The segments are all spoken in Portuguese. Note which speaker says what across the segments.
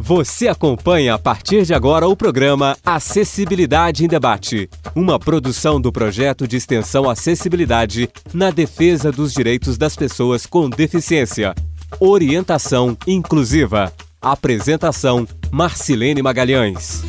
Speaker 1: Você acompanha a partir de agora o programa Acessibilidade em Debate, uma produção do projeto de extensão Acessibilidade na defesa dos direitos das pessoas com deficiência. Orientação inclusiva. Apresentação: Marcilene Magalhães.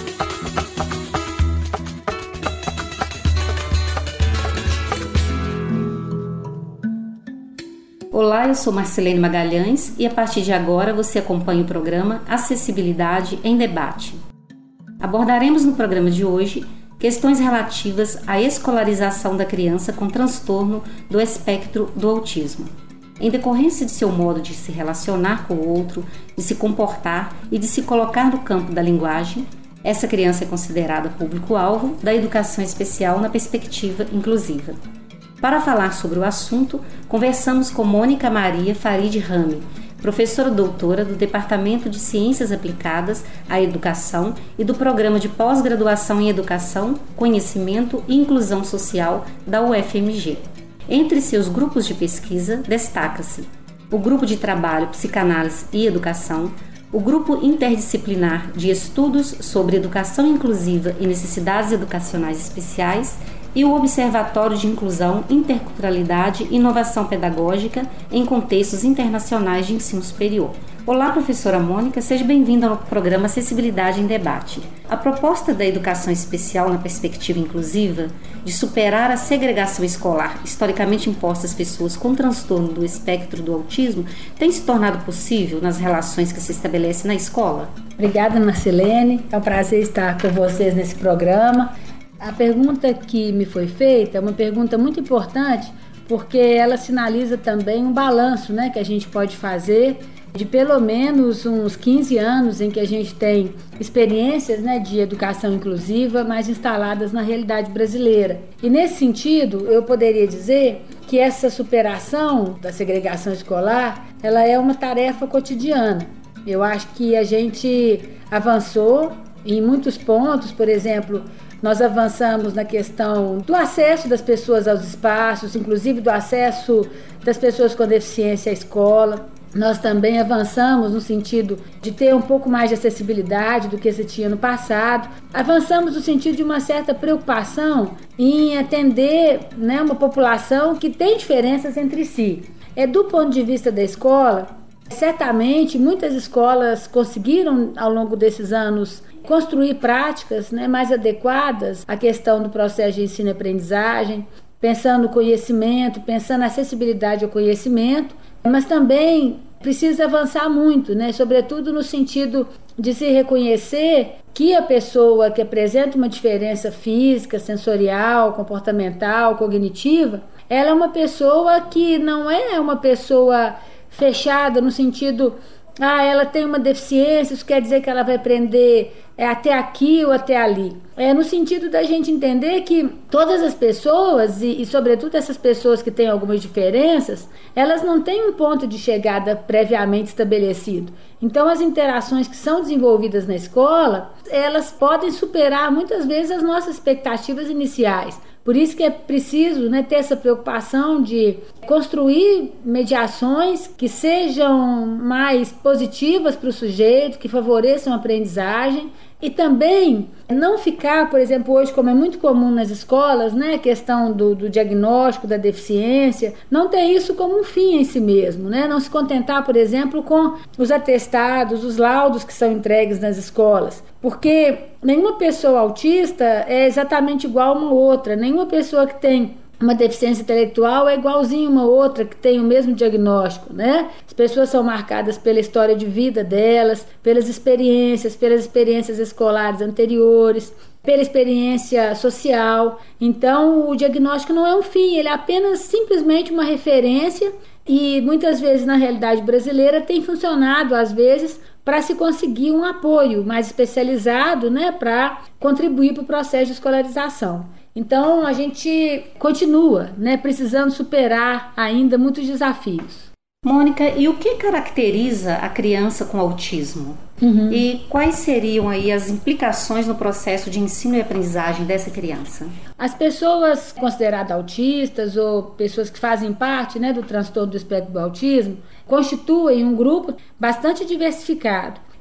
Speaker 2: Olá, eu sou Marcilene Magalhães e a partir de agora você acompanha o programa Acessibilidade em Debate. Abordaremos no programa de hoje questões relativas à escolarização da criança com transtorno do espectro do autismo. Em decorrência de seu modo de se relacionar com o outro, de se comportar e de se colocar no campo da linguagem, essa criança é considerada público-alvo da educação especial na perspectiva inclusiva. Para falar sobre o assunto, conversamos com Mônica Maria Farid Rami, professora doutora do Departamento de Ciências Aplicadas à Educação e do Programa de Pós-Graduação em Educação, Conhecimento e Inclusão Social da UFMG. Entre seus grupos de pesquisa, destaca-se o Grupo de Trabalho Psicanálise e Educação, o Grupo Interdisciplinar de Estudos sobre Educação Inclusiva e Necessidades Educacionais Especiais e o Observatório de Inclusão, Interculturalidade e Inovação Pedagógica em Contextos Internacionais de Ensino Superior. Olá, professora Mônica, seja bem-vinda ao programa Acessibilidade em Debate. A proposta da educação especial na perspectiva inclusiva, de superar a segregação escolar historicamente imposta às pessoas com transtorno do espectro do autismo, tem se tornado possível nas relações que se estabelecem na escola?
Speaker 3: Obrigada, Marcilene. É um prazer estar com vocês nesse programa. A pergunta que me foi feita é uma pergunta muito importante porque ela sinaliza também um balanço, que a gente pode fazer de pelo menos uns 15 anos em que a gente tem experiências de educação inclusiva mais instaladas na realidade brasileira. E nesse sentido, eu poderia dizer que essa superação da segregação escolar, ela é uma tarefa cotidiana. Eu acho que a gente avançou em muitos pontos, por exemplo, nós avançamos na questão do acesso das pessoas aos espaços, inclusive do acesso das pessoas com deficiência à escola. Nós também avançamos no sentido de ter um pouco mais de acessibilidade do que se tinha no passado. Avançamos no sentido de uma certa preocupação em atender uma população que tem diferenças entre si. Do ponto de vista da escola, certamente muitas escolas conseguiram ao longo desses anos construir práticas mais adequadas à questão do processo de ensino e aprendizagem, pensando no conhecimento, pensando na acessibilidade ao conhecimento, mas também precisa avançar muito, sobretudo no sentido de se reconhecer que a pessoa que apresenta uma diferença física, sensorial, comportamental, cognitiva, ela é uma pessoa que não é uma pessoa fechada no sentido, ela tem uma deficiência, isso quer dizer que ela vai aprender até aqui ou até ali. No sentido da gente entender que todas as pessoas, e sobretudo essas pessoas que têm algumas diferenças, elas não têm um ponto de chegada previamente estabelecido. Então as interações que são desenvolvidas na escola, elas podem superar muitas vezes as nossas expectativas iniciais. Por isso que é preciso ter essa preocupação de construir mediações que sejam mais positivas para o sujeito, que favoreçam a aprendizagem e também não ficar, por exemplo, hoje, como é muito comum nas escolas, a questão do diagnóstico da deficiência, não ter isso como um fim em si mesmo, não se contentar, por exemplo, com os atestados, os laudos que são entregues nas escolas, porque nenhuma pessoa autista é exatamente igual a uma outra, nenhuma pessoa que tem uma deficiência intelectual é igualzinho uma outra que tem o mesmo diagnóstico, As pessoas são marcadas pela história de vida delas, pelas experiências escolares anteriores, pela experiência social. Então, o diagnóstico não é um fim, ele é apenas simplesmente uma referência e muitas vezes na realidade brasileira tem funcionado, às vezes, para se conseguir um apoio mais especializado, para contribuir para o processo de escolarização. Então, a gente continua, precisando superar ainda muitos desafios.
Speaker 2: Mônica, e o que caracteriza a criança com autismo? E quais seriam aí as implicações no processo de ensino e aprendizagem dessa criança?
Speaker 3: As pessoas consideradas autistas ou pessoas que fazem parte do transtorno do espectro do autismo constituem um grupo bastante diversificado.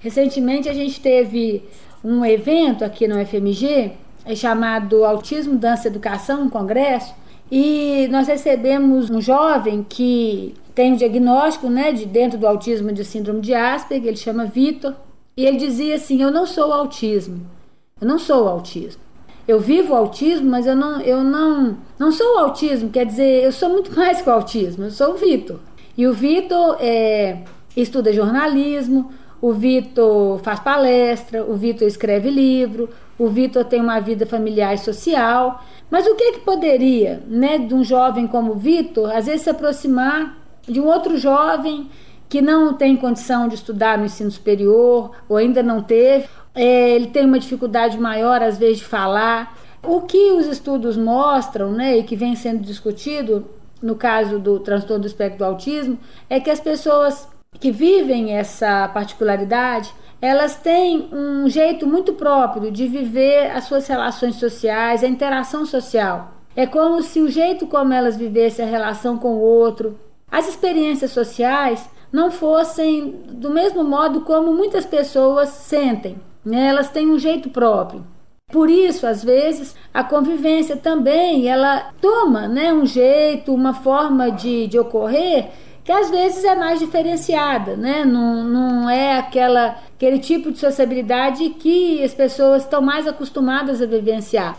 Speaker 3: Recentemente a gente teve um evento aqui no UFMG, chamado Autismo, Dança e Educação, um congresso, e nós recebemos um jovem que tem um diagnóstico, né, dentro do autismo de síndrome de Asperger, ele chama Vitor, e ele dizia assim: eu não sou autismo, eu não sou autismo. Eu vivo o autismo, mas eu não sou o autismo, quer dizer, eu sou muito mais que o autismo, eu sou o Vitor. E o Vitor estuda jornalismo, o Vitor faz palestra, o Vitor escreve livro, o Vitor tem uma vida familiar e social. Mas o que poderia, né, de um jovem como o Vitor, às vezes se aproximar de um outro jovem que não tem condição de estudar no ensino superior, ou ainda não teve, ele tem uma dificuldade maior às vezes de falar. O que os estudos mostram, né, e que vem sendo discutido no caso do transtorno do espectro do autismo, é que as pessoas que vivem essa particularidade, elas têm um jeito muito próprio de viver as suas relações sociais, a interação social. É como se o jeito como elas vivessem a relação com o outro, as experiências sociais, não fossem do mesmo modo como muitas pessoas sentem, né? Elas têm um jeito próprio. Por isso, às vezes, a convivência também, ela toma, né, um jeito, uma forma de ocorrer que às vezes é mais diferenciada, né? Não é aquele tipo de sociabilidade que as pessoas estão mais acostumadas a vivenciar.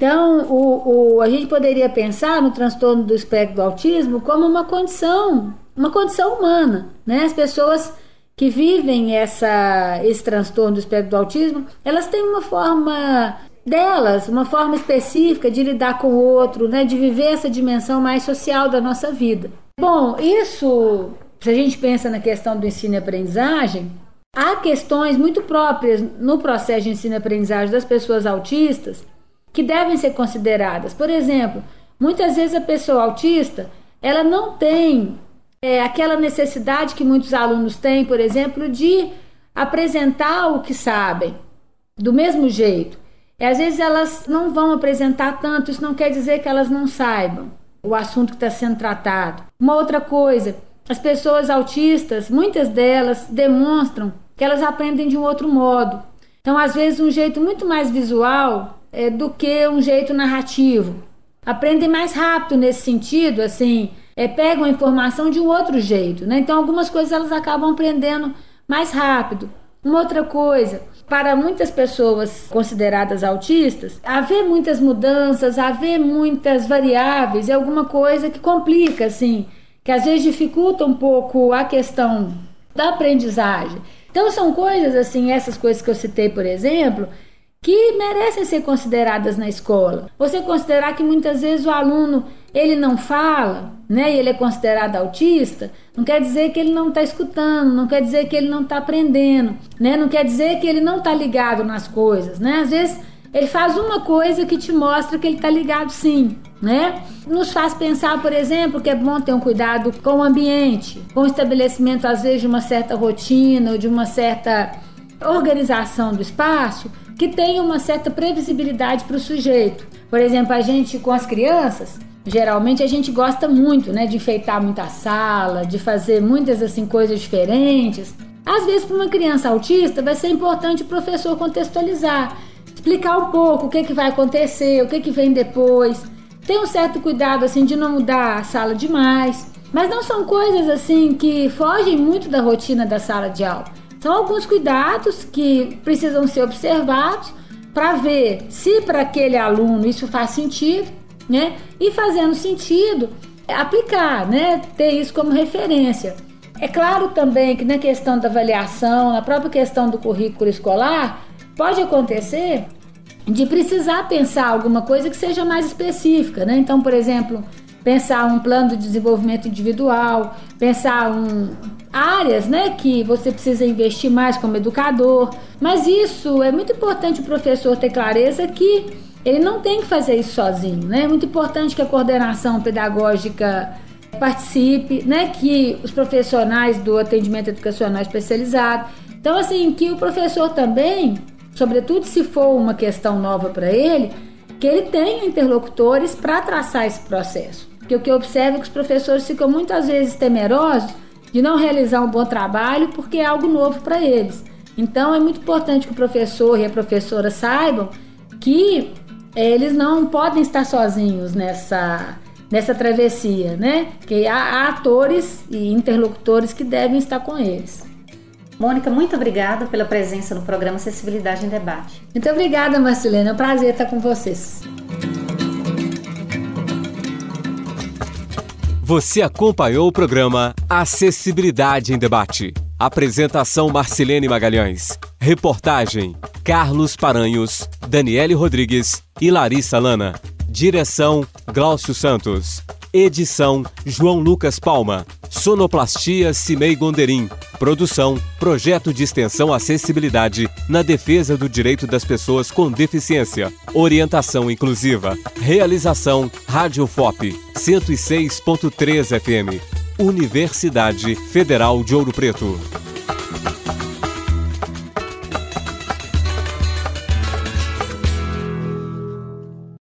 Speaker 3: Então, a gente poderia pensar no transtorno do espectro do autismo como uma condição humana, né? As pessoas que vivem esse transtorno do espectro do autismo, elas têm uma forma delas, uma forma específica de lidar com o outro, né? De viver essa dimensão mais social da nossa vida. Bom, isso, se a gente pensa na questão do ensino e aprendizagem, há questões muito próprias no processo de ensino e aprendizagem das pessoas autistas que devem ser consideradas. Por exemplo, muitas vezes a pessoa autista, ela não tem aquela necessidade que muitos alunos têm, por exemplo, de apresentar o que sabem, do mesmo jeito. E às vezes elas não vão apresentar tanto, isso não quer dizer que elas não saibam o assunto que está sendo tratado. Uma outra coisa, as pessoas autistas, muitas delas demonstram que elas aprendem de um outro modo. Então, às vezes, um jeito muito mais visual do que um jeito narrativo. Aprendem mais rápido nesse sentido, assim, pegam a informação de um outro jeito, né? Então, algumas coisas elas acabam aprendendo mais rápido. Uma outra coisa, para muitas pessoas consideradas autistas, haver muitas mudanças, haver muitas variáveis é alguma coisa que complica, assim, que às vezes dificulta um pouco a questão da aprendizagem. Então são coisas assim, essas coisas que eu citei, por exemplo, que merecem ser consideradas na escola. Você considerar que muitas vezes o aluno ele não fala, né, e ele é considerado autista, não quer dizer que ele não está escutando, não quer dizer que ele não está aprendendo, né, não quer dizer que ele não está ligado nas coisas, né? Às vezes ele faz uma coisa que te mostra que ele está ligado sim, né? Nos faz pensar, por exemplo, que é bom ter um cuidado com o ambiente, com o estabelecimento às vezes de uma certa rotina ou de uma certa organização do espaço que tenha uma certa previsibilidade para o sujeito. Por exemplo, a gente com as crianças, geralmente a gente gosta muito, né, de enfeitar muita sala, de fazer muitas assim coisas diferentes. Às vezes para uma criança autista vai ser importante o professor contextualizar, explicar um pouco o que vai acontecer, o que vem depois. Ter um certo cuidado assim de não mudar a sala demais, mas não são coisas assim que fogem muito da rotina da sala de aula. São alguns cuidados que precisam ser observados para ver se para aquele aluno isso faz sentido, né? E fazendo sentido, aplicar, né? Ter isso como referência. É claro também que na questão da avaliação, na própria questão do currículo escolar, pode acontecer de precisar pensar alguma coisa que seja mais específica, né? Então, por exemplo, pensar um plano de desenvolvimento individual, pensar áreas, né, que você precisa investir mais como educador. Mas isso é muito importante o professor ter clareza que ele não tem que fazer isso sozinho, né? É muito importante que a coordenação pedagógica participe, né, que os profissionais do atendimento educacional especializado. Então, assim, que o professor também, sobretudo se for uma questão nova para ele, que ele tenha interlocutores para traçar esse processo. Porque o que eu observo é que os professores ficam muitas vezes temerosos de não realizar um bom trabalho porque é algo novo para eles. Então é muito importante que o professor e a professora saibam que eles não podem estar sozinhos nessa travessia, né? Que há atores e interlocutores que devem estar com eles.
Speaker 2: Mônica, muito obrigada pela presença no programa Acessibilidade em Debate.
Speaker 3: Muito obrigada, Marcelene. É um prazer estar com vocês.
Speaker 1: Você acompanhou o programa Acessibilidade em Debate. Apresentação Marcelene Magalhães. Reportagem Carlos Paranhos, Daniele Rodrigues e Larissa Lana. Direção Glaucio Santos. Edição João Lucas Palma. Sonoplastia Cimei Gonderim. Produção Projeto de Extensão Acessibilidade na defesa do direito das pessoas com deficiência. Orientação inclusiva. Realização Rádio FOP 106.3 FM. Universidade Federal de Ouro Preto.